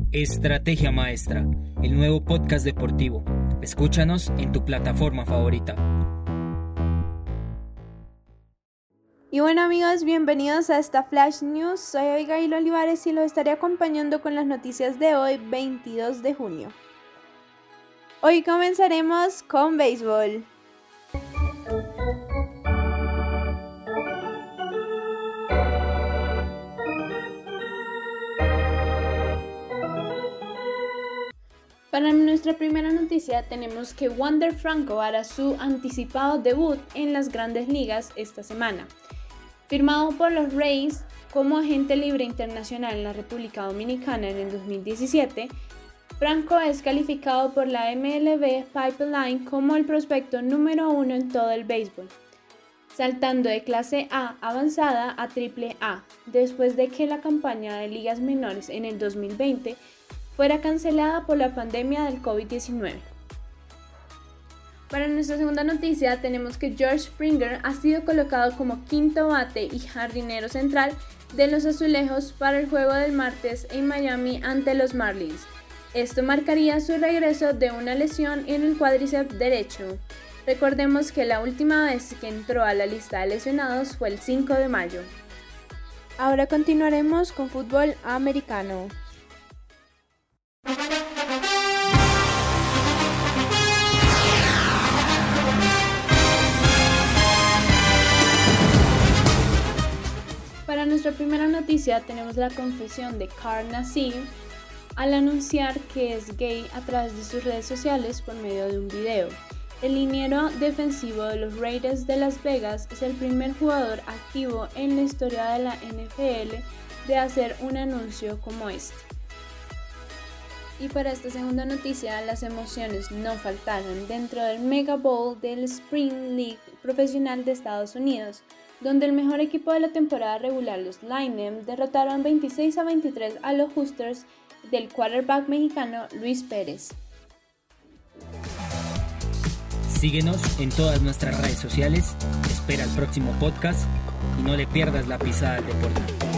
Estrategia Maestra, el nuevo podcast deportivo. Escúchanos en tu plataforma favorita. Y bueno amigos, bienvenidos a esta Flash News. Soy Abigail Olivares y los estaré acompañando con las noticias de hoy, 22 de junio. Hoy comenzaremos con béisbol. Para nuestra primera noticia tenemos que Wander Franco hará su anticipado debut en las Grandes Ligas esta semana. Firmado por los Rays como agente libre internacional en la República Dominicana en el 2017, Franco es calificado por la MLB Pipeline como el prospecto número 1 en todo el béisbol, saltando de clase A avanzada a triple A, después de que la campaña de ligas menores en el 2020 fuera cancelada por la pandemia del COVID-19. Para nuestra segunda noticia tenemos que George Springer ha sido colocado como quinto bate y jardinero central de los Azulejos para el juego del martes en Miami ante los Marlins. Esto marcaría su regreso de una lesión en el cuádriceps derecho. Recordemos que la última vez que entró a la lista de lesionados fue el 5 de mayo. Ahora continuaremos con fútbol americano. Para nuestra primera noticia tenemos la confesión de Carl Nassib al anunciar que es gay a través de sus redes sociales por medio de un video. El liniero defensivo de los Raiders de Las Vegas es el primer jugador activo en la historia de la NFL de hacer un anuncio como este. Y para esta segunda noticia, las emociones no faltaron dentro del Mega Bowl del Spring League profesional de Estados Unidos, donde el mejor equipo de la temporada regular, los Lions, derrotaron 26-23 a los Huskers del quarterback mexicano Luis Pérez. Síguenos en todas nuestras redes sociales, espera el próximo podcast y no le pierdas la pisada al deporte.